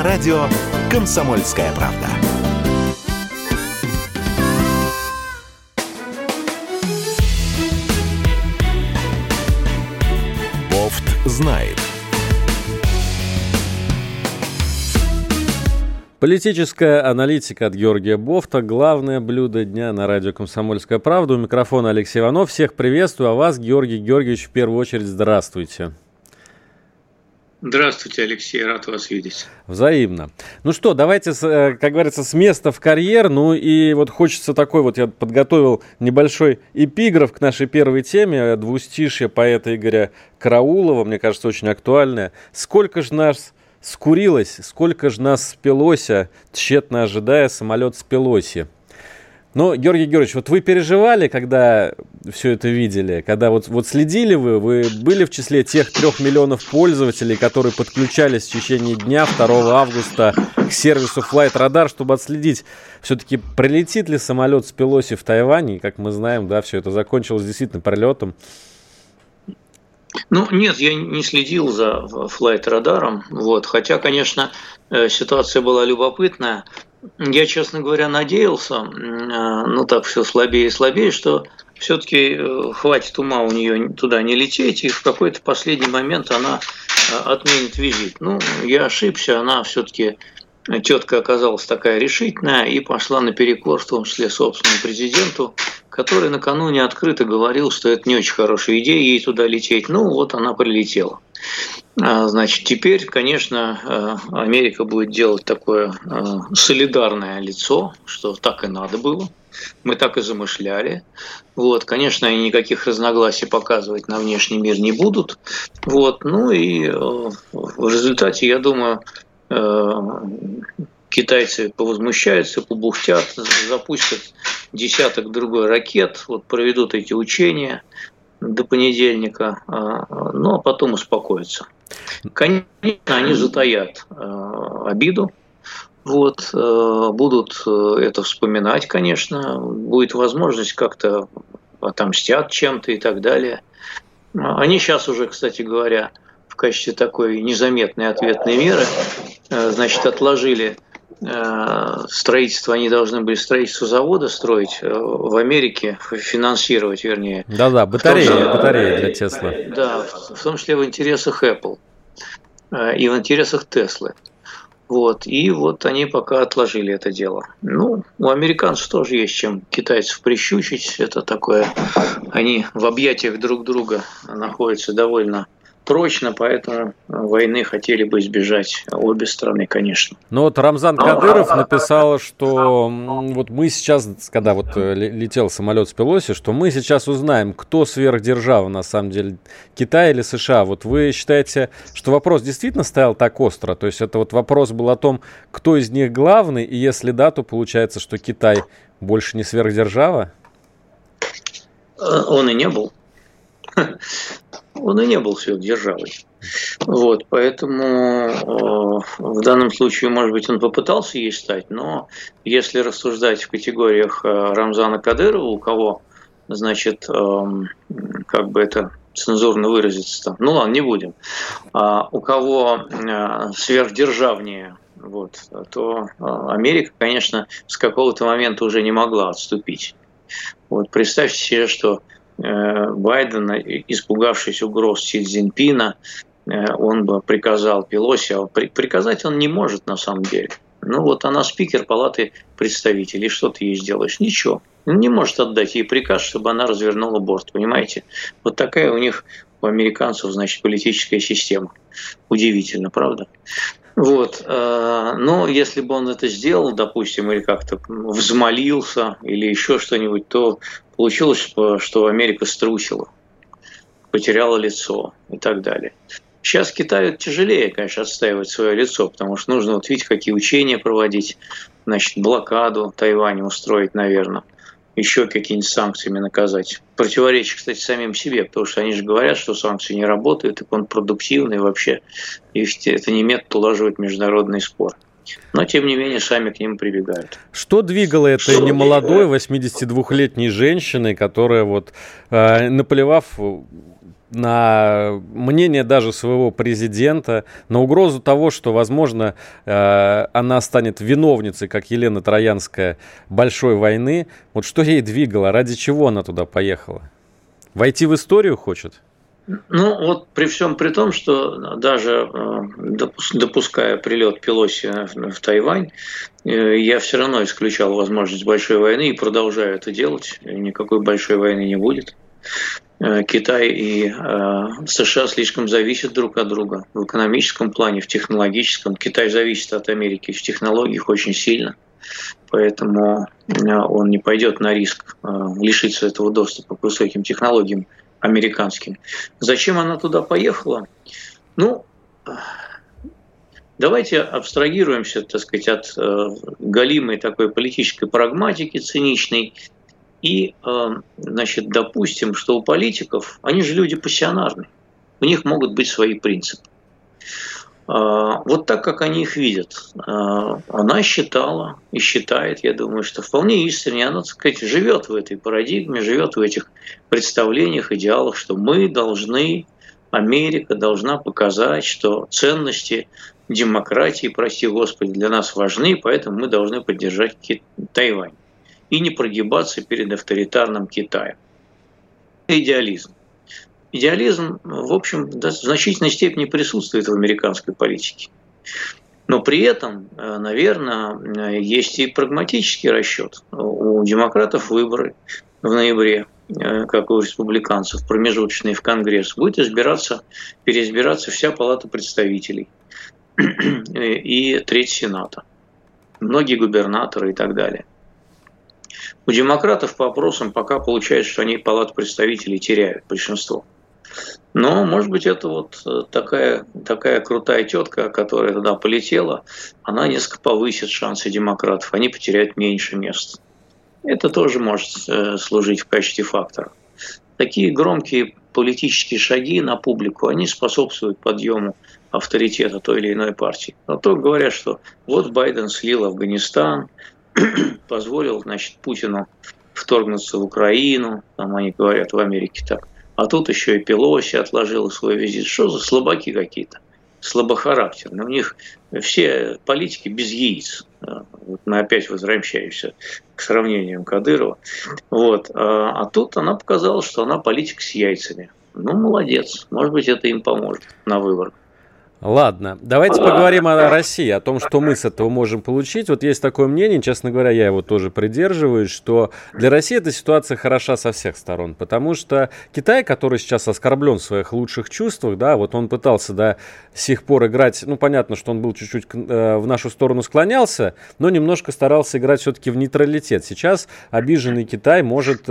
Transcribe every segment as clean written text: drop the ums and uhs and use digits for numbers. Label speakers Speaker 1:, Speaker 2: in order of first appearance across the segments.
Speaker 1: на радио «Комсомольская правда». Бофт знает.
Speaker 2: Политическая аналитика от Георгия Бофта. Главное блюдо дня на радио «Комсомольская правда». У микрофона Алексей Иванов. Всех приветствую. А вас, Георгий Георгиевич, в первую очередь здравствуйте.
Speaker 3: Здравствуйте, Алексей. Рад вас видеть.
Speaker 2: Взаимно. Ну что, давайте, как говорится, с места в карьер. Ну и вот хочется такой вот, я подготовил небольшой эпиграф к нашей первой теме. Двустишье поэта Игоря Караулова. Мне кажется, очень актуальное. «Сколько ж нас скурилось, сколько ж нас спилося, тщетно ожидая самолет с Пелоси». Но, Георгий Георгиевич, вот вы переживали, когда все это видели? Когда вот следили вы были в числе тех 3 миллионов пользователей, которые подключались в течение дня 2 августа к сервису Flight Radar, чтобы отследить, все-таки прилетит ли самолет с Пелоси в Тайвань? И, как мы знаем, да, все это закончилось действительно прилетом.
Speaker 3: Ну, нет, я не следил за Flight Radar, хотя, конечно, ситуация была любопытная. Я, честно говоря, надеялся, так все слабее и слабее, что все-таки хватит ума у нее туда не лететь, и в какой-то последний момент она отменит визит. Я ошибся, она все-таки, тетка оказалась такая решительная и пошла наперекор, в том числе собственному президенту, который накануне открыто говорил, что это не очень хорошая идея ей туда лететь. Она прилетела. Значит, теперь, конечно, Америка будет делать такое солидарное лицо, что так и надо было. Мы так и замышляли. Конечно, они никаких разногласий показывать на внешний мир не будут. И в результате, я думаю, китайцы повозмущаются, побухтят, запустят десяток другой ракет, проведут эти учения до понедельника, а потом успокоятся. Конечно, они затаят обиду, будут это вспоминать, конечно, будет возможность как-то отомстят чем-то и так далее. Они сейчас уже, кстати говоря, в качестве такой незаметной ответной меры, отложили строительство, они должны были строительство завода строить в Америке, финансировать, вернее.
Speaker 2: Да-да, батареи для Тесла.
Speaker 3: Да, в том числе в интересах Apple и в интересах Теслы. И они пока отложили это дело. У американцев тоже есть чем китайцев прищучить. Это такое, они в объятиях друг друга находятся довольно прочно, поэтому войны хотели бы избежать обе страны, конечно.
Speaker 2: Но Рамзан Кадыров написал, что мы сейчас, когда летел самолет с Пелоси, что мы сейчас узнаем, кто сверхдержава на самом деле, Китай или США. Вы считаете, что вопрос действительно стоял так остро? То есть это вопрос был о том, кто из них главный, и если да, то получается, что Китай больше не сверхдержава?
Speaker 3: Он и не был. Он и не был сверхдержавой. Поэтому в данном случае, может быть, он попытался ей стать, но если рассуждать в категориях Рамзана Кадырова, у кого, как бы это цензурно выразиться, ладно, не будем, у кого сверхдержавнее, то Америка, конечно, с какого-то момента уже не могла отступить. Представьте себе, что Байден, испугавшись угроз Си Цзиньпина, он бы приказал Пелоси, а приказать он не может на самом деле. Она спикер Палаты представителей, что ты ей сделаешь? Ничего. Он не может отдать ей приказ, чтобы она развернула борт, понимаете? Такая у них, у американцев, политическая система. Удивительно, правда? Но если бы он это сделал, допустим, или как-то взмолился, или еще что-нибудь, то получилось бы, что Америка струсила, потеряла лицо и так далее. Сейчас Китаю тяжелее, конечно, отстаивать свое лицо, потому что нужно, видите, какие учения проводить, блокаду Тайваня устроить, наверное, еще какие-нибудь санкциями наказать. Противоречие, кстати, самим себе, потому что они же говорят, что санкции не работают, и контрпродуктивны, и вообще это не метод улаживать международный спор. Но, тем не менее, сами к ним прибегают.
Speaker 2: Что двигало этой немолодой 82-летней женщиной, которая, наплевав на мнение даже своего президента, на угрозу того, что, возможно, она станет виновницей, как Елена Троянская, большой войны. Вот что ей двигало, ради чего она туда поехала? Войти в историю хочет?
Speaker 3: Ну, вот при всем при том, что даже допуская прилет Пелоси в Тайвань, я все равно исключал возможность большой войны и продолжаю это делать. Никакой большой войны не будет. Китай и США слишком зависят друг от друга в экономическом плане, в технологическом. Китай зависит от Америки в технологиях очень сильно, поэтому он не пойдет на риск лишиться этого доступа к высоким технологиям американским. Зачем она туда поехала? Ну, давайте абстрагируемся, так сказать, от галимой такой политической прагматики циничной и, значит, допустим, что у политиков, они же люди пассионарные, у них могут быть свои принципы. Вот так, как они их видят. Она считала и считает, я думаю, что вполне искренне, она, так сказать, живет в этой парадигме, живет в этих представлениях, идеалах, что мы должны, Америка должна показать, что ценности демократии, прости Господи, для нас важны, поэтому мы должны поддержать Тайвань и не прогибаться перед авторитарным Китаем. Идеализм. Идеализм, в общем, в значительной степени присутствует в американской политике. Но при этом, наверное, есть и прагматический расчет. У демократов выборы в ноябре, как у республиканцев, промежуточные в Конгресс, будет переизбираться вся палата представителей и треть Сената, многие губернаторы и так далее. У демократов по опросам пока получается, что они палату представителей теряют, большинство. Но, может быть, это вот такая крутая тетка, которая туда полетела, она несколько повысит шансы демократов, они потеряют меньше мест. Это тоже может служить в качестве фактора. Такие громкие политические шаги на публику, они способствуют подъему авторитета той или иной партии. А то говорят, что вот Байден слил Афганистан, позволил, значит, Путину вторгнуться в Украину, там они говорят в Америке так. А тут еще и Пелоси отложила свой визит. Что за слабаки какие-то? Слабохарактерные. У них все политики без яиц. Вот мы опять возвращаемся к сравнениям Кадырова. Вот. А тут она показала, что она политик с яйцами. Ну, молодец. Может быть, это им поможет на выборах.
Speaker 2: Ладно, давайте поговорим о России, о том, что мы с этого можем получить. Вот есть такое мнение, честно говоря, я его тоже придерживаюсь, что для России эта ситуация хороша со всех сторон, потому что Китай, который сейчас оскорблен в своих лучших чувствах, да, вот он пытался до сих пор играть, ну, понятно, что он был чуть-чуть в нашу сторону склонялся, но немножко старался играть все-таки в нейтралитет. Сейчас обиженный Китай может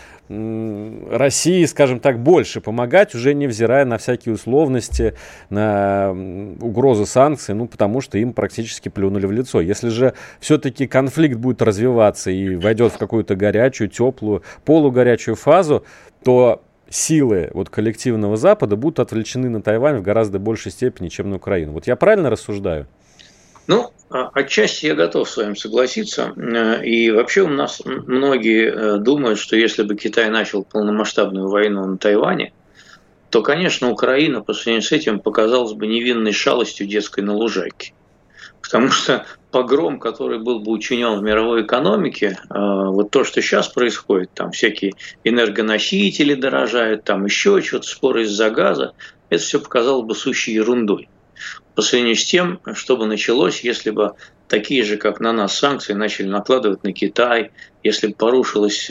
Speaker 2: России, скажем так, больше помогать, уже невзирая на всякие условности, на угрозы санкций, ну, потому что им практически плюнули в лицо. Если же все-таки конфликт будет развиваться и войдет в какую-то горячую, теплую, полугорячую фазу, то силы вот коллективного Запада будут отвлечены на Тайвань в гораздо большей степени, чем на Украину. Вот я правильно рассуждаю?
Speaker 3: Ну, отчасти я готов с вами согласиться. И вообще у нас многие думают, что если бы Китай начал полномасштабную войну на Тайване, то, конечно, Украина по сравнению с этим показалась бы невинной шалостью детской на лужайке. Потому что погром, который был бы учинен в мировой экономике, вот то, что сейчас происходит, там всякие энергоносители дорожают, там еще что-то, споры из-за газа, это все показалось бы сущей ерундой. По сравнению с тем, что бы началось, если бы такие же, как на нас, санкции начали накладывать на Китай, если бы порушилась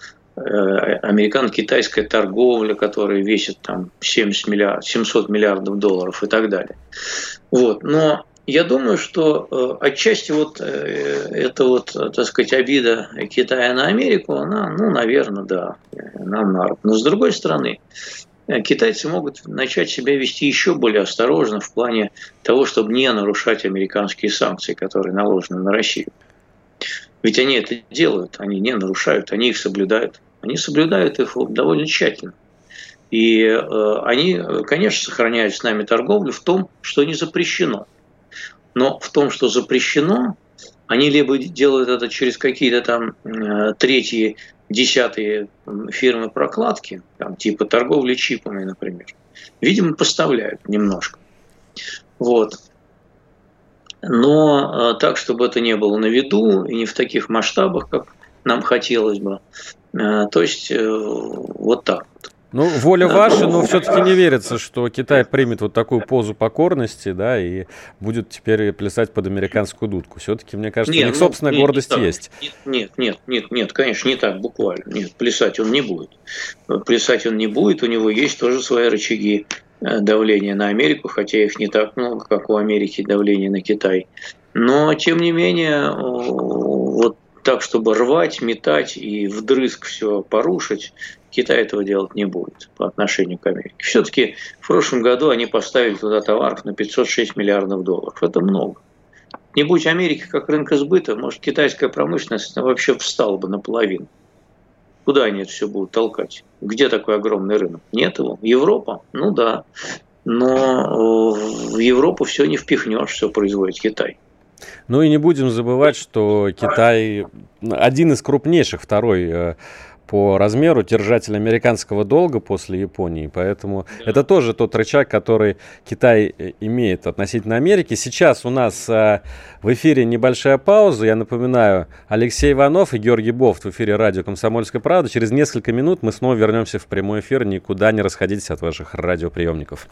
Speaker 3: американо-китайская торговля, которая весит там 700 миллиардов долларов и так далее. Вот. Но я думаю, что отчасти вот эта вот, так сказать, обида Китая на Америку, она, ну, наверное, да, нам на руку. Но с другой стороны, китайцы могут начать себя вести еще более осторожно в плане того, чтобы не нарушать американские санкции, которые наложены на Россию. Ведь они это делают, они не нарушают, они их соблюдают. Они соблюдают их довольно тщательно. И они, конечно, сохраняют с нами торговлю в том, что не запрещено. Но в том, что запрещено, они либо делают это через какие-то там третьи десятые фирмы прокладки, там, типа торговли чипами, например, видимо, поставляют немножко. Вот. Но так, чтобы это не было на виду и не в таких масштабах, как нам хотелось бы. То есть вот так вот.
Speaker 2: Ну, воля ваша, но все-таки не верится, что Китай примет вот такую позу покорности, да, и будет теперь плясать под американскую дудку. Все-таки, мне кажется, у них собственная гордость есть.
Speaker 3: Нет, конечно, не так буквально. Нет, плясать он не будет. Плясать он не будет, у него есть тоже свои рычаги давления на Америку, хотя их не так много, как у Америки давление на Китай. Но, тем не менее, вот так, чтобы рвать, метать и вдрызг все порушить, Китай этого делать не будет по отношению к Америке. Все-таки в прошлом году они поставили туда товаров на 506 миллиардов долларов. Это много. Не будь Америки как рынка сбыта, может, китайская промышленность вообще встала бы наполовину. Куда они это все будут толкать? Где такой огромный рынок? Нет его. Европа? Ну да. Но в Европу все не впихнешь, все производит Китай.
Speaker 2: Ну и не будем забывать, что Китай один из крупнейших, второй по размеру держатель американского долга после Японии. Поэтому это тоже тот рычаг, который Китай имеет относительно Америки. Сейчас у нас в эфире небольшая пауза. Я напоминаю, Алексей Иванов и Георгий Бофт в эфире радио «Комсомольская правда». Через несколько минут мы снова вернемся в прямой эфир. Никуда не расходитесь от ваших радиоприемников.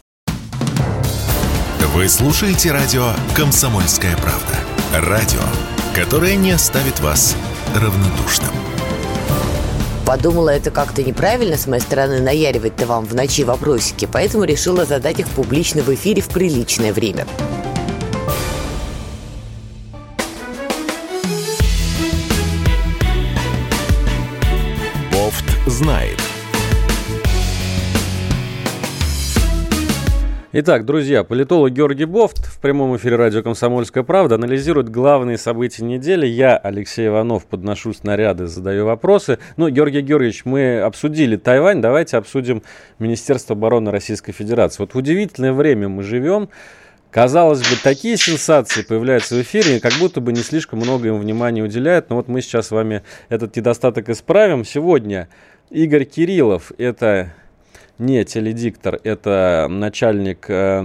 Speaker 1: Вы слушаете радио «Комсомольская правда». Радио, которое не оставит вас равнодушным.
Speaker 4: Подумала, это как-то неправильно с моей стороны наяривать-то вам в ночи вопросики, поэтому решила задать их публично в эфире в приличное время.
Speaker 1: Бофт знает.
Speaker 2: Итак, друзья, политолог Георгий Бофт в прямом эфире радио «Комсомольская правда» анализирует главные события недели. Я, Алексей Иванов, подношу снаряды, задаю вопросы. Ну, Георгий Георгиевич, мы обсудили Тайвань, давайте обсудим Министерство обороны Российской Федерации. Вот в удивительное время мы живем. Казалось бы, такие сенсации появляются в эфире, как будто бы не слишком много им внимания уделяют. Но вот мы сейчас с вами этот недостаток исправим. Сегодня Игорь Кириллов, это не теледиктор, это начальник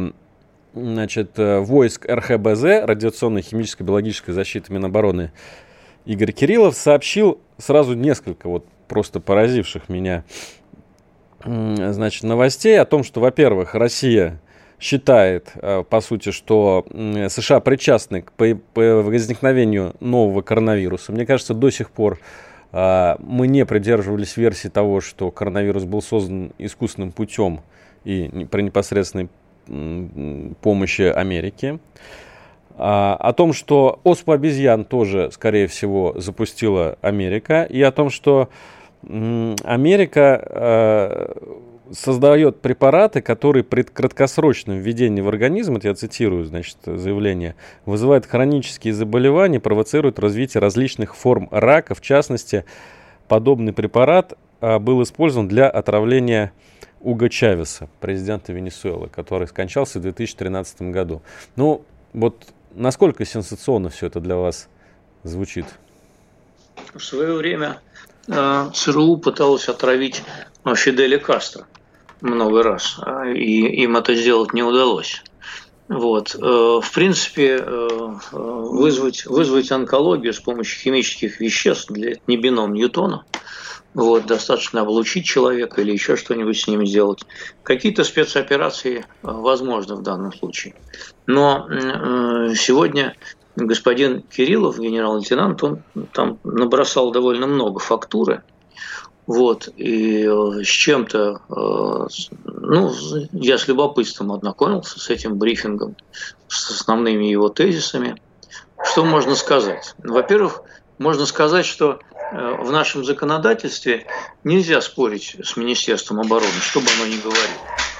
Speaker 2: войск РХБЗ, радиационной, химической, биологической защиты Минобороны, Игорь Кириллов, сообщил сразу несколько вот просто поразивших меня новостей о том, что, во-первых, Россия считает, по сути, что США причастны к возникновению нового коронавируса. Мне кажется, до сих пор мы не придерживались версии того, что коронавирус был создан искусственным путем и при непосредственной помощи Америки. О том, что оспу обезьян тоже, скорее всего, запустила Америка. И о том, что Америка создает препараты, которые при краткосрочном введении в организм, это я цитирую, заявление, вызывают хронические заболевания, провоцируют развитие различных форм рака. В частности, подобный препарат был использован для отравления Уго Чавеса, президента Венесуэлы, который скончался в 2013 году. Ну, вот насколько сенсационно все это для вас звучит?
Speaker 3: В свое время ЦРУ пыталась отравить Фиделя Кастро много раз, и им это сделать не удалось. Вот. В принципе, вызвать онкологию с помощью химических веществ это не бином Ньютона. Вот, достаточно облучить человека или еще что-нибудь с ним сделать. Какие-то спецоперации возможны в данном случае. Но сегодня господин Кириллов, генерал-лейтенант, он там набросал довольно много фактуры. Вот, и с чем-то, я с любопытством ознакомился с этим брифингом, с основными его тезисами. Что можно сказать? Во-первых, можно сказать, что в нашем законодательстве нельзя спорить с Министерством обороны, что бы оно ни говорило.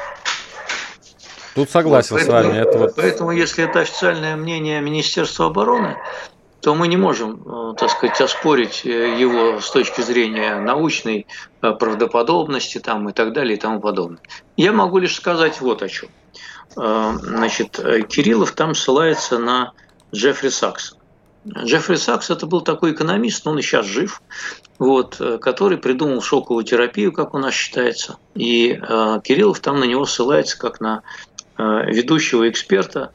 Speaker 2: Тут согласен с вами.
Speaker 3: Поэтому, если это официальное мнение Министерства обороны, то мы не можем, оспорить его с точки зрения научной правдоподобности и так далее и тому подобное. Я могу лишь сказать вот о чем. Кириллов там ссылается на Джеффри Сакса. Джеффри Сакс это был такой экономист, он и сейчас жив, вот, который придумал шоковую терапию, как у нас считается. И Кириллов там на него ссылается как на ведущего эксперта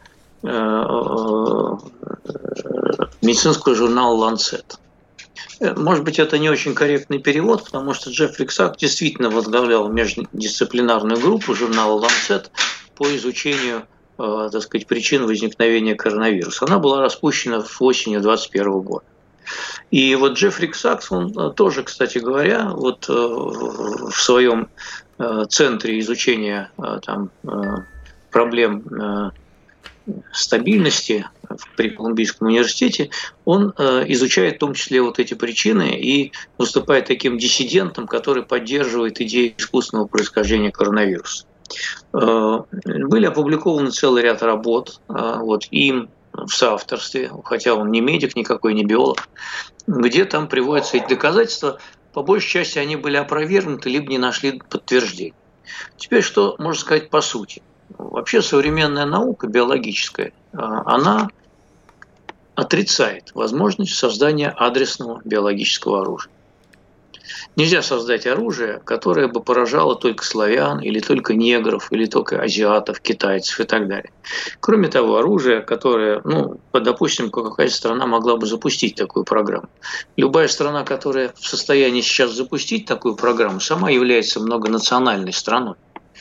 Speaker 3: медицинского журнала «Ланцет». Может быть, это не очень корректный перевод, потому что Джеффри Сакс действительно возглавлял междисциплинарную группу журнала «Ланцет» по изучению, так сказать, причин возникновения коронавируса. Она была распущена в осенью 2021 года. И вот Джеффри Сакс, он тоже, кстати говоря, вот в своем центре изучения там, проблем стабильности при Колумбийском университете, он изучает в том числе вот эти причины и выступает таким диссидентом, который поддерживает идею искусственного происхождения коронавируса. Были опубликованы целый ряд работ, вот, им в соавторстве, хотя он не медик, никакой не биолог, где там приводятся эти доказательства. По большей части они были опровергнуты, либо не нашли подтверждения. Теперь что можно сказать по сути? Вообще современная наука биологическая, она отрицает возможность создания адресного биологического оружия. Нельзя создать оружие, которое бы поражало только славян, или только негров, или только азиатов, китайцев и так далее. Кроме того, оружие, которое, допустим, какая-то страна могла бы запустить такую программу. Любая страна, которая в состоянии сейчас запустить такую программу, сама является многонациональной страной.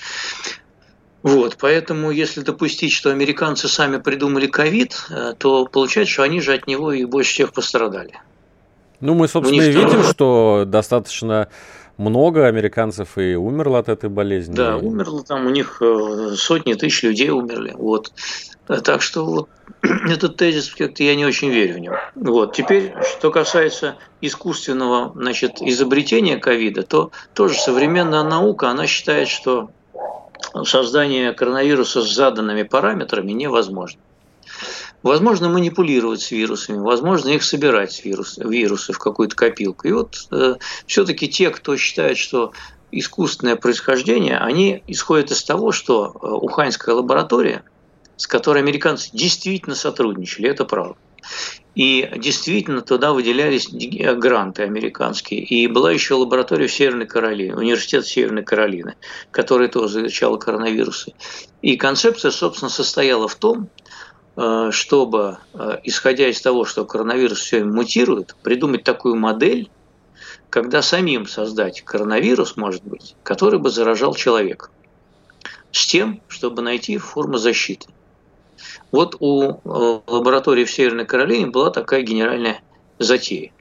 Speaker 3: Вот, поэтому, если допустить, что американцы сами придумали ковид, то получается, что они же от него и больше всех пострадали.
Speaker 2: Ну, мы, собственно, и видим, что достаточно много американцев и умерло от этой болезни.
Speaker 3: Да, умерло там, у них сотни тысяч людей умерли. Вот. Так что вот этот тезис, как-то я не очень верю в него. Вот. Теперь, что касается искусственного, изобретения ковида, то тоже современная наука, она считает, что создание коронавируса с заданными параметрами невозможно. Возможно манипулировать с вирусами, возможно их собирать, вирусы в какую-то копилку. И вот все-таки те, кто считает, что искусственное происхождение, они исходят из того, что уханьская лаборатория, с которой американцы действительно сотрудничали, это правда. И действительно туда выделялись гранты американские. И была еще лаборатория в Северной Каролине, университет Северной Каролины, который тоже изучал коронавирусы. И концепция, собственно, состояла в том, чтобы, исходя из того, что коронавирус все мутирует, придумать такую модель, когда самим создать коронавирус, может быть, который бы заражал человека, с тем, чтобы найти форму защиты. Вот у лаборатории в Северной Каролине была такая генеральная затея.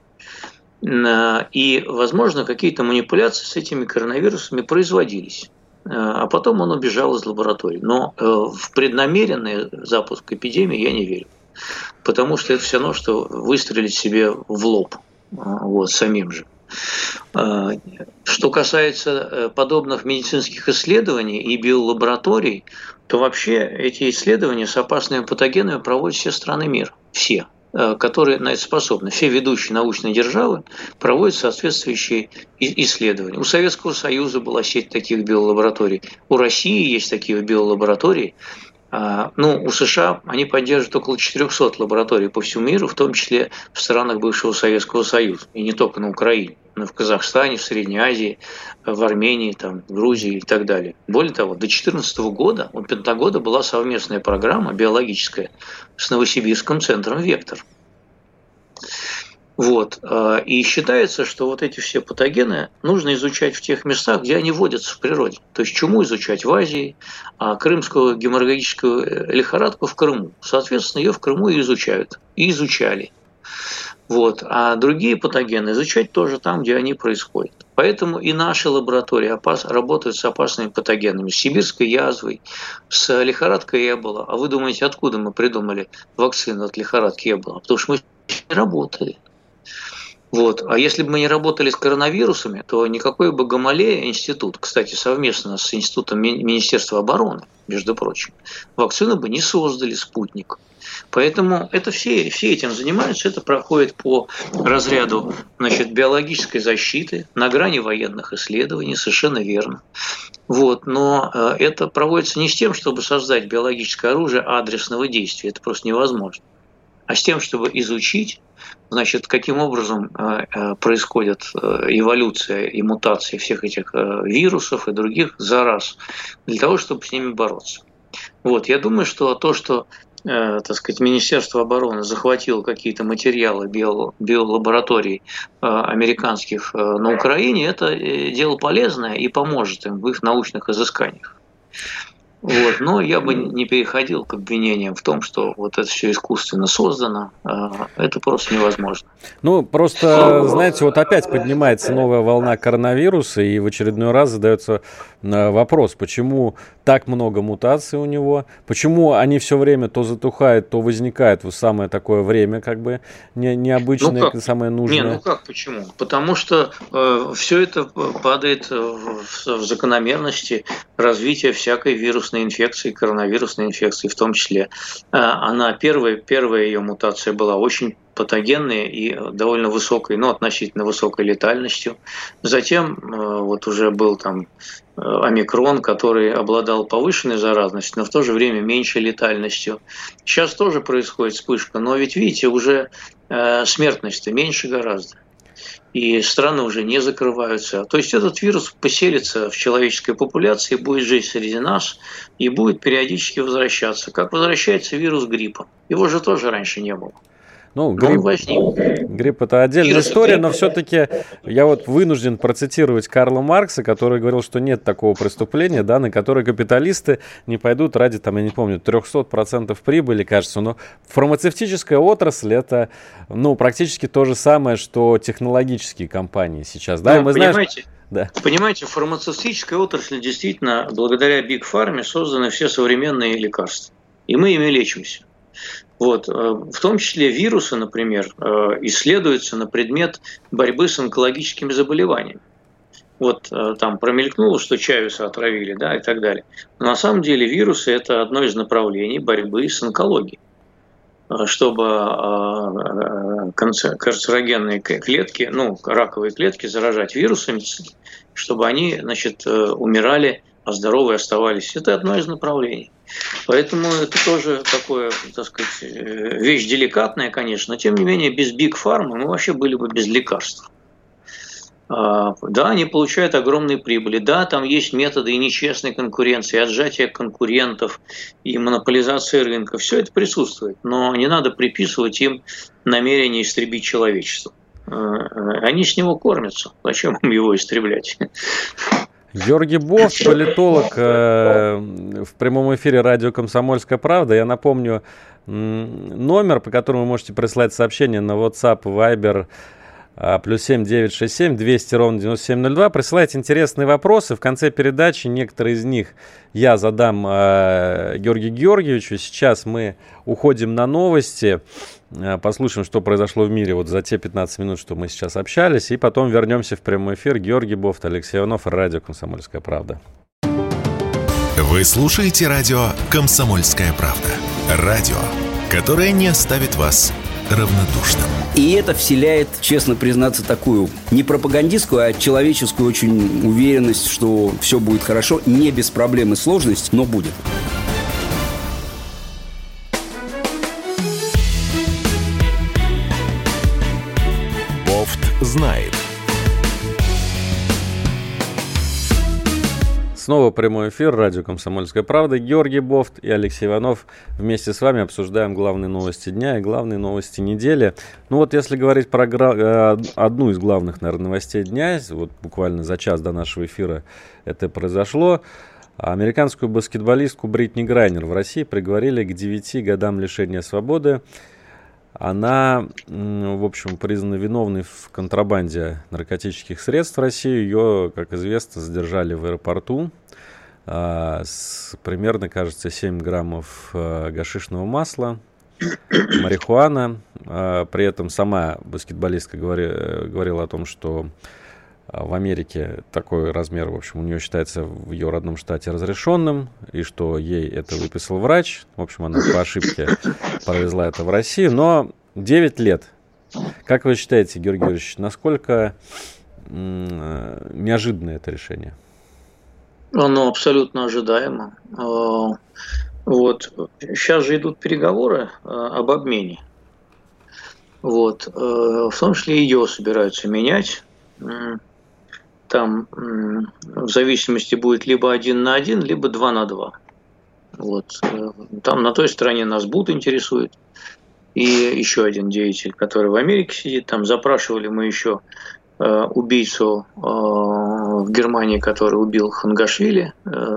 Speaker 3: И, возможно, какие-то манипуляции с этими коронавирусами производились. А потом он убежал из лаборатории. Но в преднамеренный запуск эпидемии я не верю. Потому что это все равно, что выстрелить себе в лоб вот, самим же. Что касается подобных медицинских исследований и биолабораторий, то вообще эти исследования с опасными патогенами проводят все страны мира. Все, которые на это способны. Все ведущие научные державы проводят соответствующие исследования. У Советского Союза была сеть таких биолабораторий. У России есть такие биолаборатории. У США они поддерживают около 400 лабораторий по всему миру, в том числе в странах бывшего Советского Союза. И не только на Украине, но и в Казахстане, в Средней Азии, в Армении, в Грузии и так далее. Более того, до 2014 года у Пентагона была совместная программа биологическая с Новосибирским центром «Вектор». Вот. И считается, что вот эти все патогены нужно изучать в тех местах, где они водятся в природе. То есть чуму изучать в Азии, а крымскую геморрагическую лихорадку в Крыму. Соответственно, ее в Крыму и изучают. И изучали. Вот. А другие патогены изучать тоже там, где они происходят. Поэтому и наши лаборатории работают с опасными патогенами. С сибирской язвой, с лихорадкой Эбола. А вы думаете, откуда мы придумали вакцину от лихорадки Эбола? Потому что мы работали. Вот. А если бы мы не работали с коронавирусами, то никакой бы Гамалея институт, кстати, совместно с институтом Министерства обороны, между прочим, вакцину бы не создали, спутник. Поэтому это все этим занимаются, это проходит по разряду биологической защиты, на грани военных исследований, совершенно верно. Вот. Но это проводится не с тем, чтобы создать биологическое оружие адресного действия, это просто невозможно. а с тем, чтобы изучить, значит, каким образом происходит эволюция и мутации всех этих вирусов и других зараз, для того, чтобы с ними бороться. Вот, я думаю, что то, что так сказать, Министерство обороны захватило какие-то материалы биолабораторий американских на Украине, это дело полезное и поможет им в их научных изысканиях. Вот. Но я бы не переходил к обвинениям в том, что вот это все искусственно создано. Это просто невозможно.
Speaker 2: Ну, просто, знаете, вот опять поднимается новая волна коронавируса, и в очередной раз задается вопрос, почему так много мутаций у него, почему они все время то затухают, то возникают в самое такое время, как бы необычное, самое нужное.
Speaker 3: Не, ну как, почему? Потому что все это падает в закономерности развития всякой вирусной инфекции, коронавирусной инфекции в том числе. Она первая ее мутация была очень патогенной и довольно высокой, но относительно высокой летальностью. Затем вот уже был там омикрон, который обладал повышенной заразностью, но в то же время меньшей летальностью. Сейчас тоже происходит вспышка, но ведь видите, уже смертность-то меньше гораздо. И страны уже не закрываются. То есть этот вирус поселится в человеческой популяции, будет жить среди нас и будет периодически возвращаться. Как возвращается вирус гриппа. Его же тоже раньше не было.
Speaker 2: Ну, грипп это отдельная история, но все-таки я вот вынужден процитировать Карла Маркса, который говорил, что нет такого преступления, да, на которое капиталисты не пойдут ради, там, я не помню, 300% прибыли, кажется. Но фармацевтическая отрасль это, ну, практически то же самое, что технологические компании сейчас, да,
Speaker 3: ну,
Speaker 2: и мы
Speaker 3: понимаете,
Speaker 2: да.
Speaker 3: Понимаете, в фармацевтической отрасли действительно, благодаря Big Pharma, созданы все современные лекарства, и мы ими лечимся. Вот. В том числе вирусы, например, исследуются на предмет борьбы с онкологическими заболеваниями. Вот там промелькнуло, что Чавеса отравили, да, и так далее. Но на самом деле вирусы – это одно из направлений борьбы с онкологией. Чтобы канцерогенные клетки, ну, раковые клетки заражать вирусами, чтобы они, значит, умирали, а здоровые оставались. Это одно из направлений. Поэтому это тоже такое, так сказать, вещь деликатная, конечно, но тем не менее без Big Pharma мы вообще были бы без лекарств. Да, они получают огромные прибыли, да, там есть методы и нечестной конкуренции, и отжатия конкурентов, и монополизации рынка, все это присутствует, но не надо приписывать им намерение истребить человечество. Они с него кормятся, зачем им его истреблять?
Speaker 2: Георгий Бофт, политолог, в прямом эфире радио «Комсомольская правда». Я напомню номер, по которому вы можете прислать сообщение на WhatsApp, Viber, +7 967 200 9702. Присылайте интересные вопросы. В конце передачи некоторые из них я задам Георгию Георгиевичу. Сейчас мы уходим на новости. Послушаем, что произошло в мире вот за те 15 минут, что мы сейчас общались. И потом вернемся в прямой эфир. Георгий Бофт, Алексей Иванов, радио «Комсомольская правда».
Speaker 1: Вы слушаете радио «Комсомольская правда». Радио, которое не оставит вас равнодушным.
Speaker 5: И это вселяет, честно признаться, такую не пропагандистскую, а человеческую очень уверенность, что все будет хорошо, не без проблем и сложностей, но будет.
Speaker 1: Бофт знает.
Speaker 2: Снова прямой эфир, радио «Комсомольская правда». Георгий Бофт и Алексей Иванов вместе с вами обсуждаем главные новости дня и главные новости недели. Ну вот если говорить про одну из главных, наверное, новостей дня, вот буквально за час до нашего эфира это произошло. Американскую баскетболистку Бритни Грайнер в России приговорили к 9 годам лишения свободы. Она, в общем, признана виновной в контрабанде наркотических средств в Россию. Ее, как известно, задержали в аэропорту с примерно, кажется, 7 граммов гашишного масла, марихуана. При этом сама баскетболистка говорила о том, что в Америке такой размер, в общем, у нее считается в ее родном штате разрешенным, и что ей это выписал врач. В общем, она по ошибке провезла это в Россию. Но 9 лет. Как вы считаете, Георгий Георгиевич, насколько неожиданно это решение?
Speaker 3: Оно абсолютно ожидаемо. Вот. Сейчас же идут переговоры об обмене. Вот. В том числе ее собираются менять. Там в зависимости будет либо 1 на 1, либо 2 на 2. Вот. Там на той стороне нас БУД интересует. И еще один деятель, который в Америке сидит. Там запрашивали мы еще убийцу в Германии, который убил Хангашвили,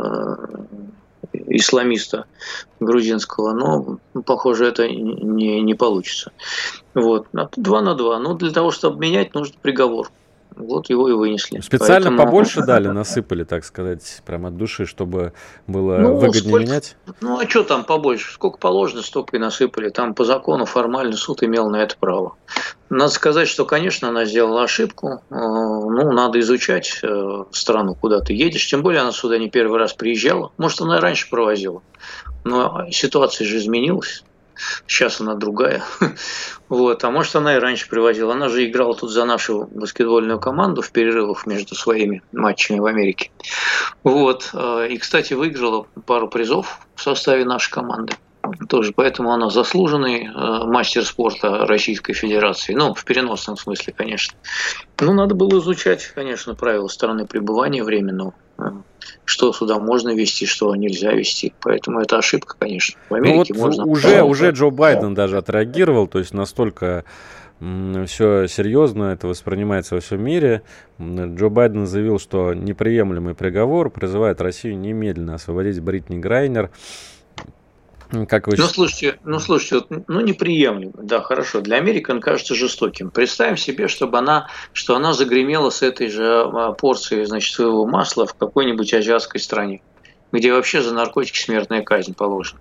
Speaker 3: исламиста грузинского, но, похоже, это не получится. Вот. 2 на 2. Но для того, чтобы менять, нужен приговор. Вот его и вынесли.
Speaker 2: Специально поэтому... побольше дали, насыпали, так сказать, прямо от души, чтобы было выгоднее менять?
Speaker 3: Ну, а что там побольше? Сколько положено, столько и насыпали. Там по закону формально суд имел на это право. Надо сказать, что, конечно, она сделала ошибку. Ну, надо изучать страну, куда ты едешь. Тем более она сюда не первый раз приезжала. Может, она и раньше провозила. Но ситуация же изменилась. Сейчас она другая. Вот. А может, она и раньше привозила. Она же играла тут за нашу баскетбольную команду в перерывах между своими матчами в Америке. Вот. И, кстати, выиграла пару призов в составе нашей команды. Тоже, поэтому она заслуженный мастер спорта Российской Федерации. Ну, в переносном смысле, конечно. Ну, надо было изучать, конечно, правила страны пребывания временного. Что сюда можно везти, что нельзя везти. Поэтому это ошибка, конечно. В Америке
Speaker 2: вот
Speaker 3: можно...
Speaker 2: Уже Джо Байден даже отреагировал, то есть настолько все серьезно, это воспринимается во всем мире. Джо Байден заявил, что неприемлемый приговор, призывает Россию немедленно освободить Бритни Грайнер. Как вы...
Speaker 3: слушайте, неприемлемо. Да, хорошо. Для Америки он кажется жестоким. Представим себе, что она загремела с этой же порцией, значит, своего масла в какой-нибудь азиатской стране, где вообще за наркотики смертная казнь положена.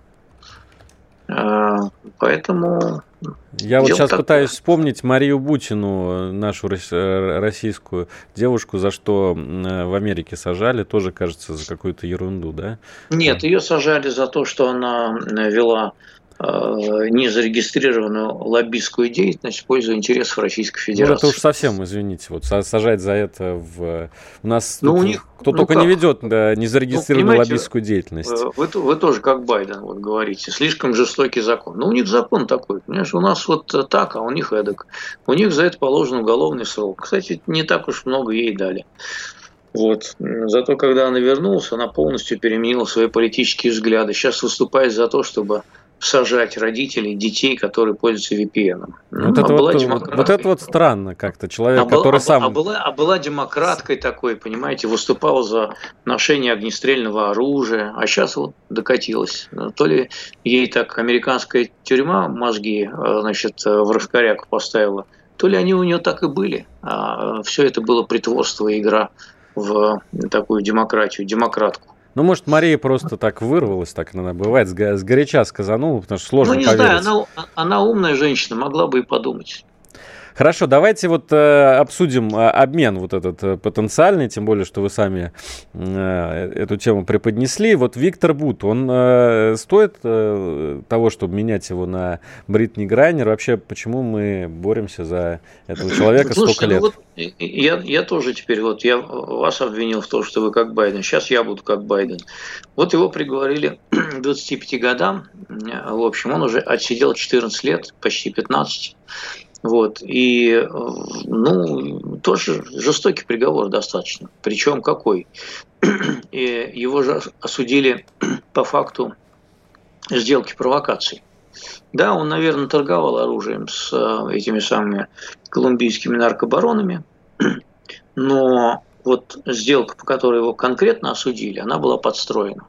Speaker 3: Поэтому...
Speaker 2: Я вот сейчас пытаюсь вспомнить Марию Бутину, нашу российскую девушку, за что в Америке сажали, тоже, кажется, за какую-то ерунду, да?
Speaker 3: Нет, ее сажали за то, что она вела незарегистрированную лоббистскую деятельность в пользу интересов Российской Федерации.
Speaker 2: Ну, это уж совсем, извините, вот сажать за это у нас кто только не ведет незарегистрированную лоббистскую деятельность.
Speaker 3: Вы тоже, как Байден, вот говорите, слишком жестокий закон. Но у них закон такой, понимаешь, у нас вот так, а у них эдак. У них за это положен уголовный срок. Кстати, не так уж много ей дали. Вот. Зато когда она вернулась, она полностью переменила свои политические взгляды. Сейчас выступает за то, чтобы сажать родителей, детей, которые пользуются VPN.
Speaker 2: Вот это вот странно как-то. Человек, который сам...
Speaker 3: была демократкой такой, понимаете, выступала за ношение огнестрельного оружия, а сейчас вот докатилась. То ли ей так американская тюрьма мозги, значит, в раскоряку поставила, то ли они у нее так и были. А все это было притворство и игра в такую демократию, демократку.
Speaker 2: Ну, может, Мария просто так вырвалась, так иногда бывает, сгоряча сказанула, потому что сложно поверить.
Speaker 3: Ну, не знаю, она умная женщина, могла бы и подумать.
Speaker 2: Хорошо, давайте вот обсудим обмен вот этот потенциальный, тем более, что вы сами эту тему преподнесли. Вот Виктор Бут, он стоит того, чтобы менять его на Бритни Грайнер? Вообще, почему мы боремся за этого человека столько лет?
Speaker 3: Вот я тоже теперь, я вас обвинил в том, что вы как Байден. Сейчас я буду как Байден. Вот его приговорили к 25 годам. В общем, он уже отсидел 14 лет, почти 15. Вот, и, тоже жестокий приговор достаточно. Причем какой? И его же осудили по факту сделки провокаций. Да, он, наверное, торговал оружием с этими самыми колумбийскими наркобаронами, но вот сделка, по которой его конкретно осудили, она была подстроена.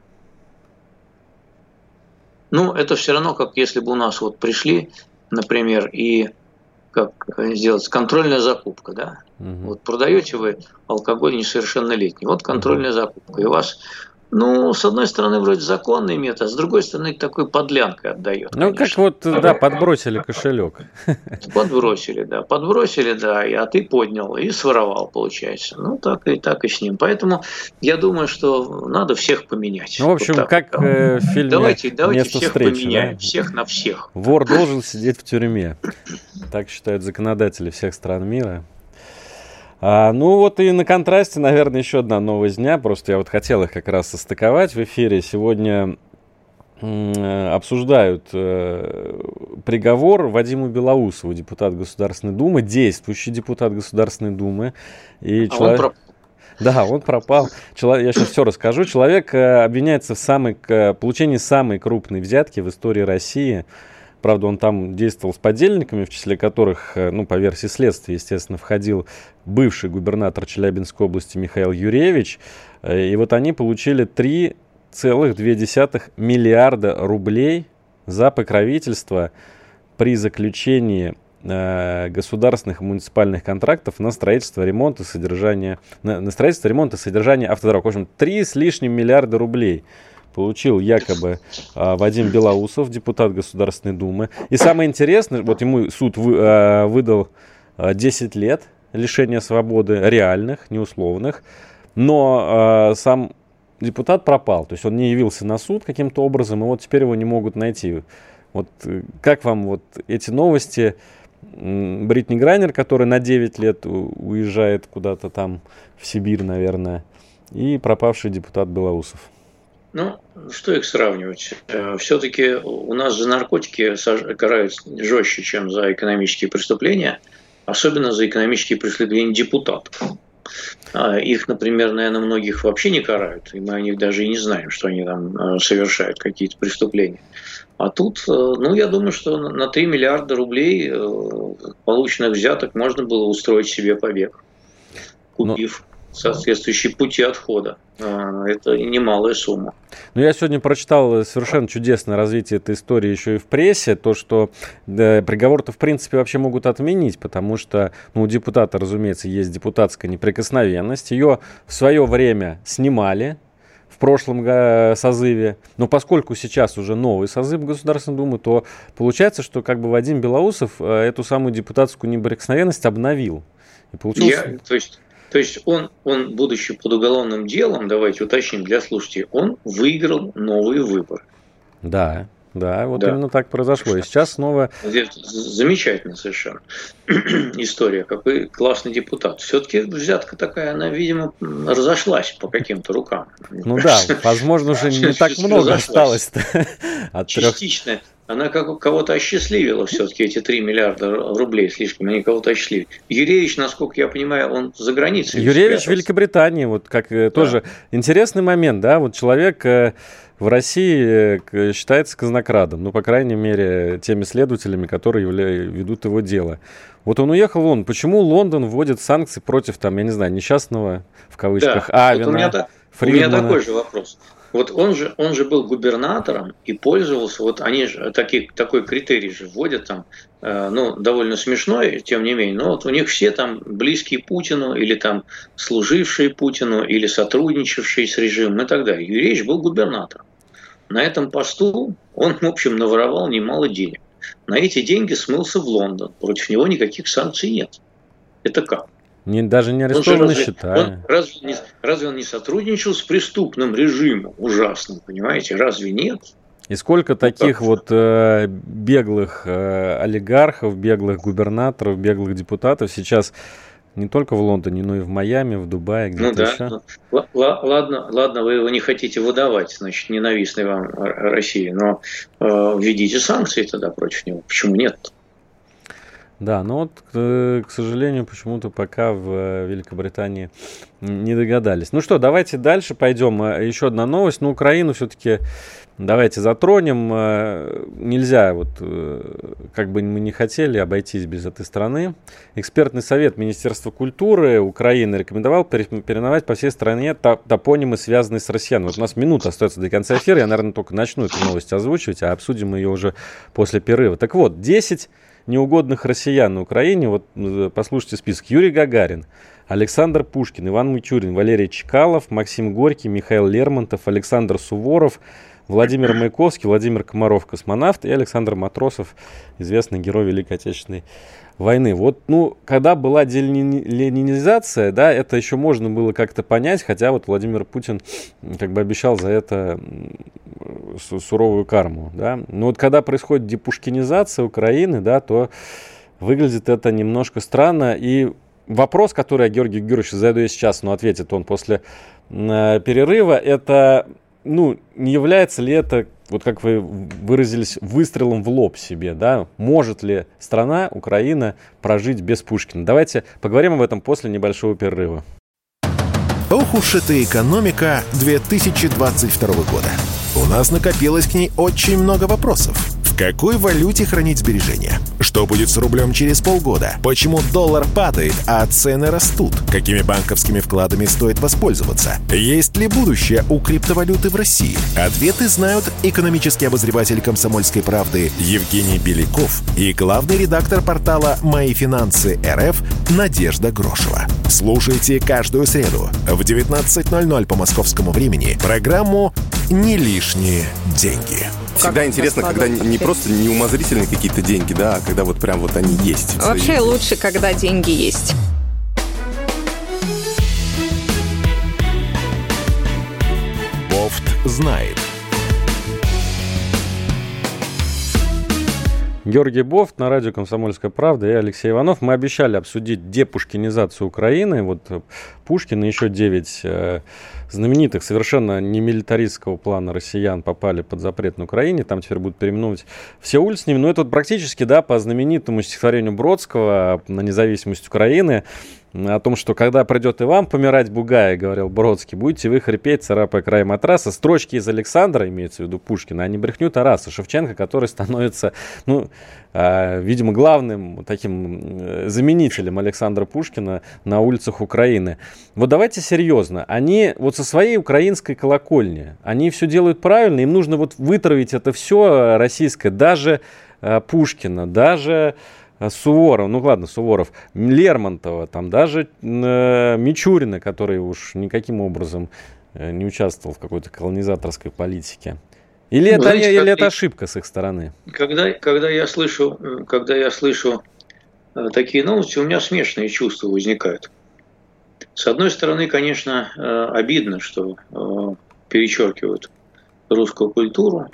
Speaker 3: Это все равно, как если бы у нас вот пришли, например, и как сделать контрольная закупка, да? Угу. Вот продаете вы алкоголь несовершеннолетний, вот контрольная закупка, и вас, с одной стороны, вроде законный метод, а с другой стороны, такой подлянкой отдает.
Speaker 2: Конечно. Подбросили кошелек.
Speaker 3: Подбросили, а ты поднял и своровал, получается. Так и с ним. Поэтому я думаю, что надо всех поменять.
Speaker 2: В общем, вот как в фильме
Speaker 3: давайте
Speaker 2: «Место
Speaker 3: всех
Speaker 2: встречи»,
Speaker 3: поменяем,
Speaker 2: да?
Speaker 3: всех на всех.
Speaker 2: Вор должен сидеть в тюрьме. Так считают законодатели всех стран мира. И на контрасте, наверное, еще одна новость дня. Просто я хотел их как раз состыковать в эфире. Сегодня обсуждают приговор Вадиму Белоусову, депутат Государственной Думы, действующий депутат Государственной Думы. И
Speaker 3: он пропал.
Speaker 2: Да, он пропал. Я сейчас все расскажу. Человек обвиняется в получении самой крупной взятки в истории России. Правда, он там действовал с подельниками, в числе которых, по версии следствия, естественно, входил бывший губернатор Челябинской области Михаил Юрьевич. И вот они получили 3,2 миллиарда рублей за покровительство при заключении государственных и муниципальных контрактов на строительство, ремонт и содержание автодорог. В общем, 3 с лишним миллиарда рублей получил якобы Вадим Белоусов, депутат Государственной Думы. И самое интересное, вот ему суд выдал 10 лет лишения свободы, реальных, не условных, но сам депутат пропал, то есть он не явился на суд каким-то образом, и вот теперь его не могут найти. Вот как вам вот эти новости? Бритни Грайнер, который на 9 лет уезжает куда-то там в Сибирь, наверное, и пропавший депутат Белоусов.
Speaker 3: Ну, что их сравнивать? Все-таки у нас за наркотики карают жестче, чем за экономические преступления, особенно за экономические преступления депутатов. Их, например, наверное, многих вообще не карают, и мы о них даже и не знаем, что они там совершают какие-то преступления. А тут, я думаю, что на 3 миллиарда рублей полученных взяток можно было устроить себе побег, купив соответствующие пути отхода. Это немалая сумма.
Speaker 2: Я сегодня прочитал совершенно чудесное развитие этой истории еще и в прессе. То, что приговор-то в принципе вообще могут отменить, потому что у депутата, разумеется, есть депутатская неприкосновенность. Ее в свое время снимали в прошлом созыве. Но поскольку сейчас уже новый созыв Государственной Думы, то получается, что как бы Вадим Белоусов эту самую депутатскую неприкосновенность обновил. И получился...
Speaker 3: То есть он, будучи под уголовным делом, давайте уточним для слушателей, он выиграл новые выборы.
Speaker 2: Да, именно так произошло. И сейчас снова...
Speaker 3: Замечательная совершенно история. Какой классный депутат. Все-таки взятка такая, она, видимо, разошлась по каким-то рукам.
Speaker 2: Возможно, уже не так много осталось-то.
Speaker 3: Частично. Она кого-то осчастливила все-таки, эти 3 миллиарда рублей слишком, они кого-то осчастливили. Юрьевич, насколько я понимаю, он за границей.
Speaker 2: Юрьевич в Великобритании, вот как тоже интересный момент, да, вот человек в России считается казнокрадом, по крайней мере, теми следователями, которые ведут его дело. Вот он уехал в Лондон. Почему Лондон вводит санкции против, несчастного, в кавычках, Авена, Фридмана?
Speaker 3: У меня такой же вопрос. Вот он же был губернатором и пользовался, вот они же такой критерий же вводят там, довольно смешной, тем не менее, но вот у них все там близкие Путину или там служившие Путину или сотрудничавшие с режимом и так далее. Юрьевич был губернатором. На этом посту он, в общем, наворовал немало денег. На эти деньги смылся в Лондон. Против него никаких санкций нет. Это как?
Speaker 2: Даже не арестованы счета.
Speaker 3: Разве он не сотрудничал с преступным режимом ужасным, понимаете? Разве нет?
Speaker 2: И сколько таких беглых олигархов, беглых губернаторов, беглых депутатов сейчас не только в Лондоне, но и в Майами, в Дубае, где-то еще?
Speaker 3: Ладно, вы его не хотите выдавать, значит, ненавистной вам России, но введите санкции тогда против него. Почему нет?
Speaker 2: Да, но к сожалению, почему-то пока в Великобритании не догадались. Ну что, давайте дальше пойдем. Еще одна новость. Украину все-таки давайте затронем. Нельзя, как бы мы ни хотели, обойтись без этой страны. Экспертный совет Министерства культуры Украины рекомендовал переименовать по всей стране топонимы, связанные с россиянами. Вот у нас минута остается до конца эфира. Я, наверное, только начну эту новость озвучивать, а обсудим мы ее уже после перерыва. Так вот, 10 неугодных россиян на Украине. Вот послушайте список. Юрий Гагарин, Александр Пушкин, Иван Мичурин, Валерий Чкалов, Максим Горький, Михаил Лермонтов, Александр Суворов, Владимир Маяковский, Владимир Комаров, космонавт, и Александр Матросов, известный герой Великой Отечественной войны. Вот, когда была деленинизация, да, это еще можно было как-то понять, хотя вот Владимир Путин как бы обещал за это суровую карму, да. Но вот когда происходит депушкинизация Украины, да, то выглядит это немножко странно. И вопрос, который я Георгию Георгиевичу задаю сейчас, но ответит он после перерыва, это не является ли это, вот как вы выразились, выстрелом в лоб себе, да? Может ли страна, Украина, прожить без Пушкина? Давайте поговорим об этом после небольшого перерыва.
Speaker 1: Ох уж эта экономика 2022 года. У нас накопилось к ней очень много вопросов. В какой валюте хранить сбережения? Что будет с рублем через полгода? Почему доллар падает, а цены растут? Какими банковскими вкладами стоит воспользоваться? Есть ли будущее у криптовалюты в России? Ответы знают экономический обозреватель «Комсомольской правды» Евгений Беляков и главный редактор портала «Мои финансы РФ» Надежда Грошева. Слушайте каждую среду в 19:00 по московскому времени программу «Не лишние деньги».
Speaker 6: Всегда интересно, когда не просто неумозрительные какие-то деньги, да, а когда вот прям вот они есть.
Speaker 7: Вообще лучше, когда деньги есть.
Speaker 1: Бофт знает.
Speaker 2: Георгий Бофт на радио «Комсомольская правда» и Алексей Иванов. Мы обещали обсудить депушкинизацию Украины. Вот Пушкин и еще 9 знаменитых, совершенно не милитаристского плана россиян попали под запрет на Украине. Там теперь будут переименовывать все улицы с ними. Но это вот практически, да, по знаменитому стихотворению Бродского на независимость Украины, о том, что когда придет и вам помирать бугая, говорил Бродский, будете вы хрипеть, царапая край матраса. Строчки из Александра, имеется в виду Пушкина, а не брехню Тараса Шевченко, который становится, видимо, главным таким заменителем Александра Пушкина на улицах Украины. Вот давайте серьезно. Они вот со своей украинской колокольни, они все делают правильно, им нужно вот вытравить это все российское, даже Пушкина, даже Суворов, Суворов, Лермонтова, там даже Мичурина, который уж никаким образом не участвовал в какой-то колонизаторской политике. Или это ошибка с их стороны?
Speaker 3: Когда я слышу такие новости, у меня смешанные чувства возникают. С одной стороны, конечно, обидно, что перечеркивают русскую культуру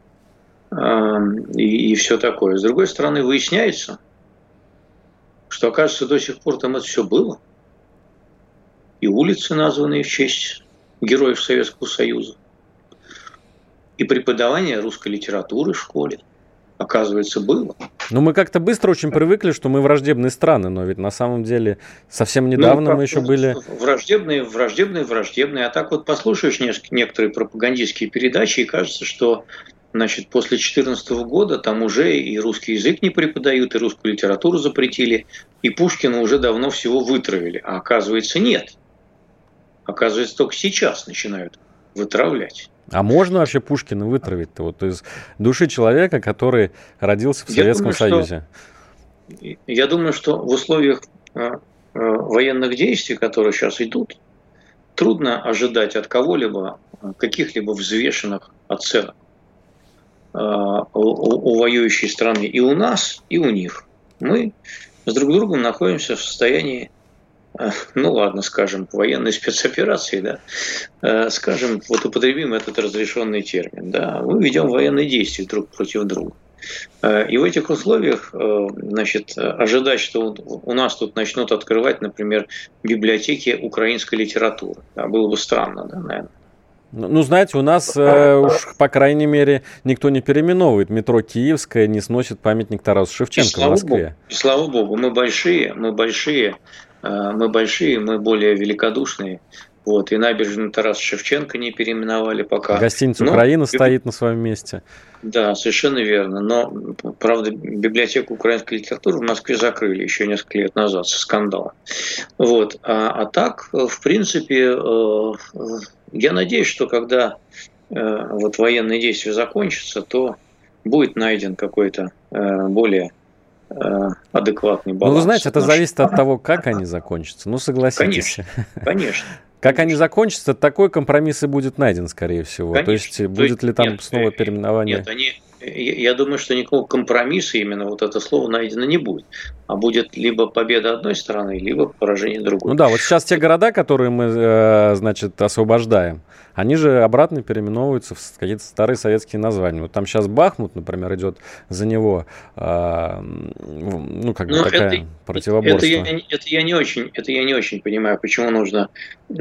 Speaker 3: и все такое. С другой стороны, выясняется, что, оказывается, до сих пор там это все было. И улицы, названные в честь героев Советского Союза. И преподавание русской литературы в школе, оказывается, было.
Speaker 2: Но мы как-то быстро очень привыкли, что мы враждебные страны, но ведь на самом деле совсем недавно мы еще были... Враждебные.
Speaker 3: А так вот послушаешь некоторые пропагандистские передачи, и кажется, что после 2014 года там уже и русский язык не преподают, и русскую литературу запретили, и Пушкина уже давно всего вытравили. А оказывается, нет. Оказывается, только сейчас начинают вытравлять.
Speaker 2: А можно вообще Пушкина вытравить-то вот из души человека, который родился в Советском Союзе?
Speaker 3: Я думаю, что в условиях военных действий, которые сейчас идут, трудно ожидать от кого-либо каких-либо взвешенных оценок у воюющей страны. И у нас, и у них. Мы с друг другом находимся в состоянии, военной спецоперации, да, скажем, вот употребим этот разрешенный термин, да, мы ведем военные действия друг против друга. И в этих условиях, ожидать, что у нас тут начнут открывать, например, библиотеки украинской литературы, да, было бы странно, да, наверное.
Speaker 2: Знаете, у нас уж, по крайней мере, никто не переименовывает. Метро Киевское не сносит памятник Тарасу Шевченко в Москве.
Speaker 3: И слава богу, мы большие, мы более великодушные. Вот, и набережную Тараса Шевченко не переименовали пока.
Speaker 2: Гостиница «Украина» стоит на своем месте.
Speaker 3: Да, совершенно верно. Но, правда, библиотеку украинской литературы в Москве закрыли еще несколько лет назад со скандалом. Вот. А так, в принципе, я надеюсь, что когда военные действия закончатся, то будет найден какой-то более адекватный баланс.
Speaker 2: Вы знаете, это зависит от того, как они закончатся. Согласитесь.
Speaker 3: Конечно.
Speaker 2: Как они закончатся, такой компромисс и будет найден, скорее всего. Конечно. То есть будет ли там снова переименование?
Speaker 3: Я думаю, что никакого компромисса, именно вот это слово, найдено не будет. А будет либо победа одной стороны, либо поражение другой.
Speaker 2: Ну да, вот сейчас те города, которые мы, значит, освобождаем, они же обратно переименовываются в какие-то старые советские названия. Вот там сейчас Бахмут, например, идет за него, ну, как бы такая противоборство.
Speaker 3: Это я не очень понимаю, почему нужно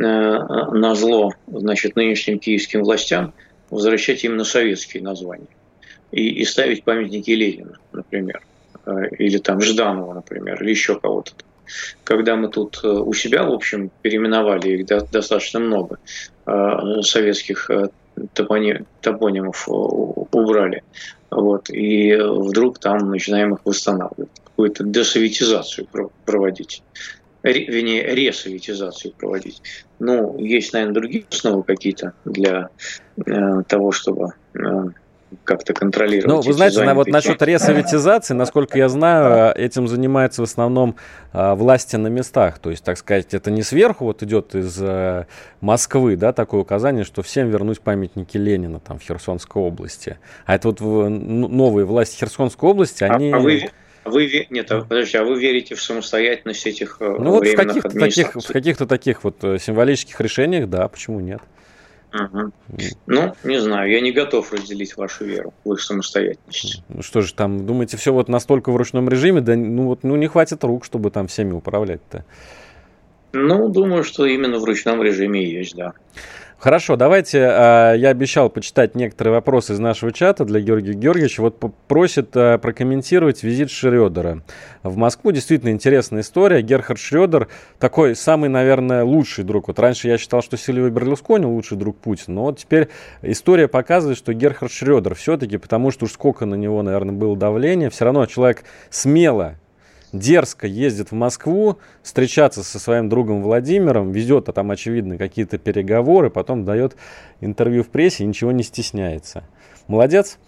Speaker 3: назло, значит, нынешним киевским властям возвращать именно советские названия. И ставить памятники Ленину, например, или там Жданова, например, или еще кого-то. Когда мы тут у себя, в общем, переименовали их достаточно много, советских топонимов убрали, вот, и вдруг там начинаем их восстанавливать, какую-то десоветизацию проводить. Вернее, ресоветизацию проводить. Ну, есть, наверное, другие основы какие-то для того, чтобы как-то контролировать.
Speaker 2: Ну, вы знаете, вот насчет ресоветизации, насколько я знаю, этим занимаются в основном власти на местах. То есть, так сказать, это не сверху вот идет из Москвы, да, такое указание, что всем вернуть памятники Ленина там в Херсонской области. А это вот новые власти Херсонской области, они...
Speaker 3: Подождите, а вы верите в самостоятельность этих
Speaker 2: вот
Speaker 3: временных администраций?
Speaker 2: В каких-то таких вот символических решениях, да, почему нет?
Speaker 3: Угу. Ну, не знаю, я не готов разделить вашу веру в их самостоятельность.
Speaker 2: Ну что же там, думаете, все вот настолько в ручном режиме, да, не хватит рук, чтобы там всеми управлять-то?
Speaker 3: Ну, думаю, что именно в ручном режиме и есть, да.
Speaker 2: Хорошо, давайте, я обещал почитать некоторые вопросы из нашего чата для Георгия Георгиевича. Вот просит прокомментировать визит Шрёдера в Москву. Действительно интересная история. Герхард Шрёдер такой самый, наверное, лучший друг. Вот раньше я считал, что Сильвио Берлускони лучший друг Путина, но вот теперь история показывает, что Герхард Шрёдер все-таки, потому что уж сколько на него, наверное, было давления, все равно человек смело, дерзко ездит в Москву, встречаться со своим другом Владимиром, везет, а там, очевидно, какие-то переговоры, потом дает интервью в прессе и ничего не стесняется. Молодец?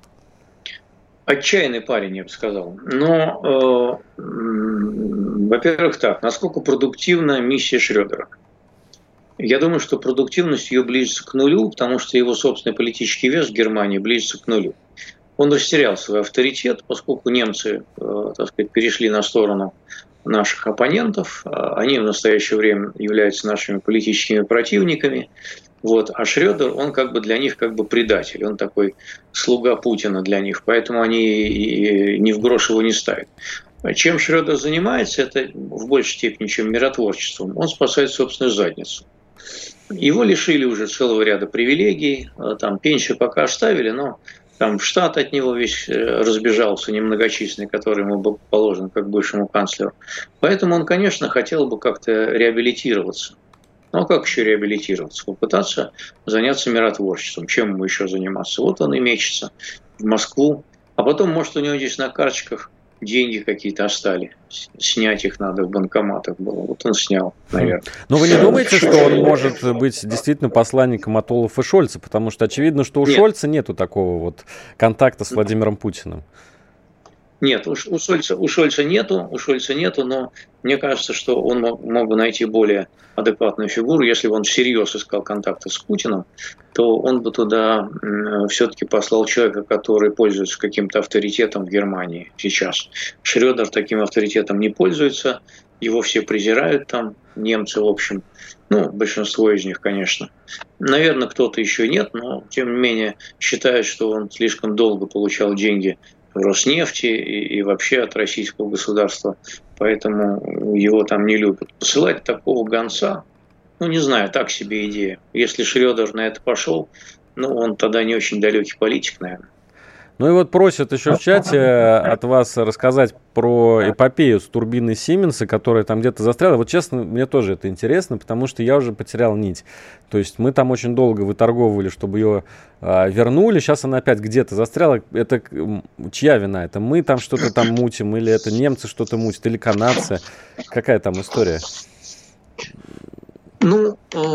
Speaker 3: Отчаянный парень, я бы сказал. Но, во-первых, так, насколько продуктивна миссия Шрёдера? Я думаю, что продуктивность ее близится к нулю, потому что его собственный политический вес в Германии близится к нулю. Он растерял свой авторитет, поскольку немцы, так сказать, перешли на сторону наших оппонентов. Они в настоящее время являются нашими политическими противниками. Вот. А Шрёдер, он как бы для них как бы предатель. Он такой слуга Путина для них. Поэтому они ни в грош его не ставят. Чем Шрёдер занимается, это в большей степени, чем миротворчеством. Он спасает собственную задницу. Его лишили уже целого ряда привилегий. Там пенсию пока оставили, но... Там штат от него весь разбежался, немногочисленный, который ему был положен как бывшему канцлеру. Поэтому он, конечно, хотел бы как-то реабилитироваться. Ну, а как еще реабилитироваться? Попытаться заняться миротворчеством. Чем ему еще заниматься? Вот он и мечется в Москву. А потом, может, у него здесь на карточках деньги какие-то остались. Снять их надо в банкоматах было. Вот он снял, наверное.
Speaker 2: Но вы не думаете, что он может быть действительно посланником от Олафа Шольца? Потому что очевидно, что у Шольца нету такого вот контакта с Владимиром Путиным.
Speaker 3: Нет, у Шольца нету, но мне кажется, что он мог бы найти более адекватную фигуру. Если бы он всерьез искал контакты с Путиным, то он бы туда все-таки послал человека, который пользуется каким-то авторитетом в Германии сейчас. Шрёдер таким авторитетом не пользуется, его все презирают там, немцы, в общем. Ну, большинство из них, конечно. Наверное, кто-то еще нет, но, тем не менее, считают, что он слишком долго получал деньги Роснефти и вообще от российского государства, поэтому его там не любят. Посылать такого гонца, ну, не знаю, так себе идея. Если Шрёдер на это пошел, ну, он тогда не очень далекий политик, наверное.
Speaker 2: Ну и вот просят еще в чате от вас рассказать про эпопею с турбиной Сименса, которая там где-то застряла. Вот честно, мне тоже это интересно, потому что я уже потерял нить. То есть мы там очень долго выторговывали, чтобы ее вернули. Сейчас она опять где-то застряла. Это чья вина? Это мы там что-то там мутим, или это немцы что-то мутят, или канадцы? Какая там история?
Speaker 3: Ну,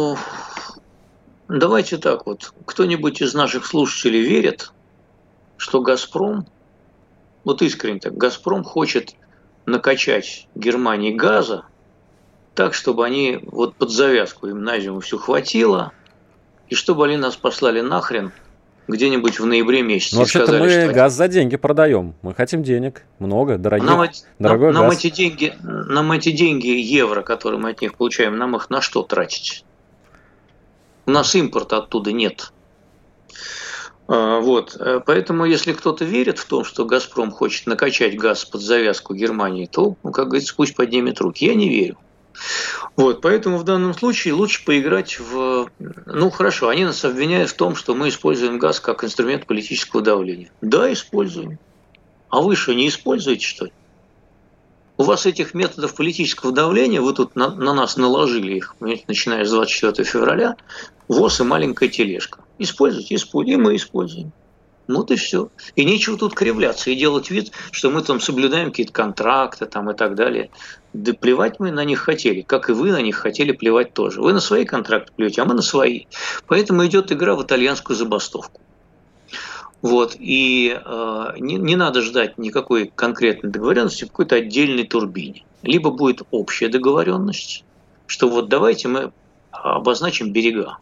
Speaker 3: давайте так вот. Кто-нибудь из наших слушателей верит, что «Газпром», вот искренне так, «Газпром» хочет накачать Германии газа так, чтобы они вот под завязку им на зиму все хватило, и чтобы они нас послали нахрен где-нибудь в ноябре месяце.
Speaker 2: Ну, вообще-то
Speaker 3: сказали,
Speaker 2: мы газ за деньги продаем. Мы хотим денег. Много, дорогой газ.
Speaker 3: Нам эти деньги, евро, которые мы от них получаем, нам их на что тратить? У нас импорта оттуда нет. Вот. Поэтому, если кто-то верит в том, что «Газпром» хочет накачать газ под завязку Германии, то, как говорится, пусть поднимет руки. Я не верю. Вот, поэтому в данном случае лучше поиграть в... Ну, хорошо, они нас обвиняют в том, что мы используем газ как инструмент политического давления. Да, используем. А вы что, не используете, что ли? У вас этих методов политического давления, вы тут на нас наложили их, начиная с 24 февраля, ВОЗ и маленькая тележка. Используйте, и мы используем. Вот и все. И нечего тут кривляться и делать вид, что мы там соблюдаем какие-то контракты там, и так далее. Да плевать мы на них хотели, как и вы на них хотели плевать тоже. Вы на свои контракты плюете, а мы на свои. Поэтому идет игра в итальянскую забастовку. Вот. И не надо ждать никакой конкретной договоренности в какой-то отдельной турбине. Либо будет общая договоренность, что вот давайте мы обозначим берега.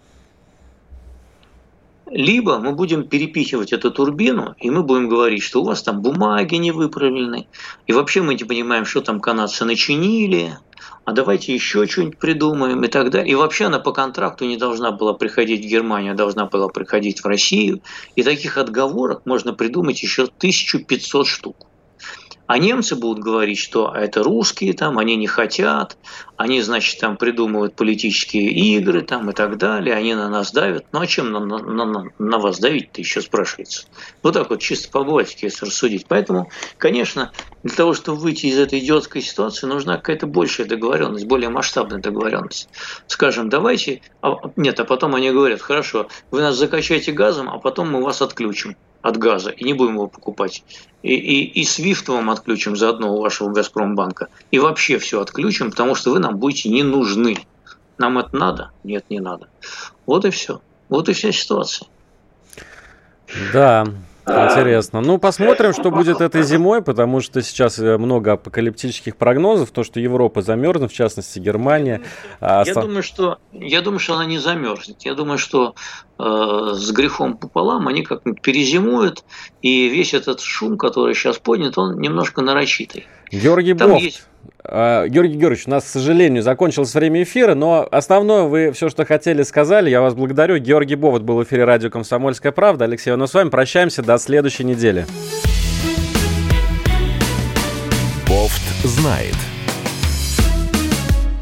Speaker 3: Либо мы будем перепихивать эту турбину, и мы будем говорить, что у вас там бумаги не выправлены, и вообще мы не понимаем, что там канадцы начинили, а давайте еще что-нибудь придумаем и так далее. И вообще она по контракту не должна была приходить в Германию, а должна была приходить в Россию. И таких отговорок можно придумать еще 1500 штук. А немцы будут говорить, что это русские, там, они не хотят, они, значит, там придумывают политические игры там, и так далее, они на нас давят. Ну а чем на вас давить-то еще спрашивается? Вот так вот, чисто по-балтике, если рассудить. Поэтому, конечно, для того, чтобы выйти из этой идиотской ситуации, нужна какая-то большая договоренность, более масштабная договоренность. Скажем, давайте, а потом они говорят, хорошо, вы нас закачаете газом, а потом мы вас отключим от газа и не будем его покупать. И SWIFT вам отключим заодно у вашего «Газпромбанка». И вообще все отключим, потому что вы нам будете не нужны. Нам это надо? Нет, не надо. Вот и все. Вот и вся ситуация.
Speaker 2: Да, интересно. Ну, посмотрим, что будет этой зимой, потому что сейчас много апокалиптических прогнозов, то, что Европа замерзнет, в частности, Германия.
Speaker 3: Я думаю, что она не замерзнет. Я думаю, что с грехом пополам они как-нибудь перезимуют, и весь этот шум, который сейчас поднят, он немножко нарочитый.
Speaker 2: Георгий Бофт. Георгий Георгиевич, у нас, к сожалению, закончилось время эфира, но основное вы все, что хотели, сказали. Я вас благодарю. Георгий Бофт был в эфире радио «Комсомольская правда». Алексей Иванов с вами. Прощаемся до следующей недели.
Speaker 1: Бофт знает.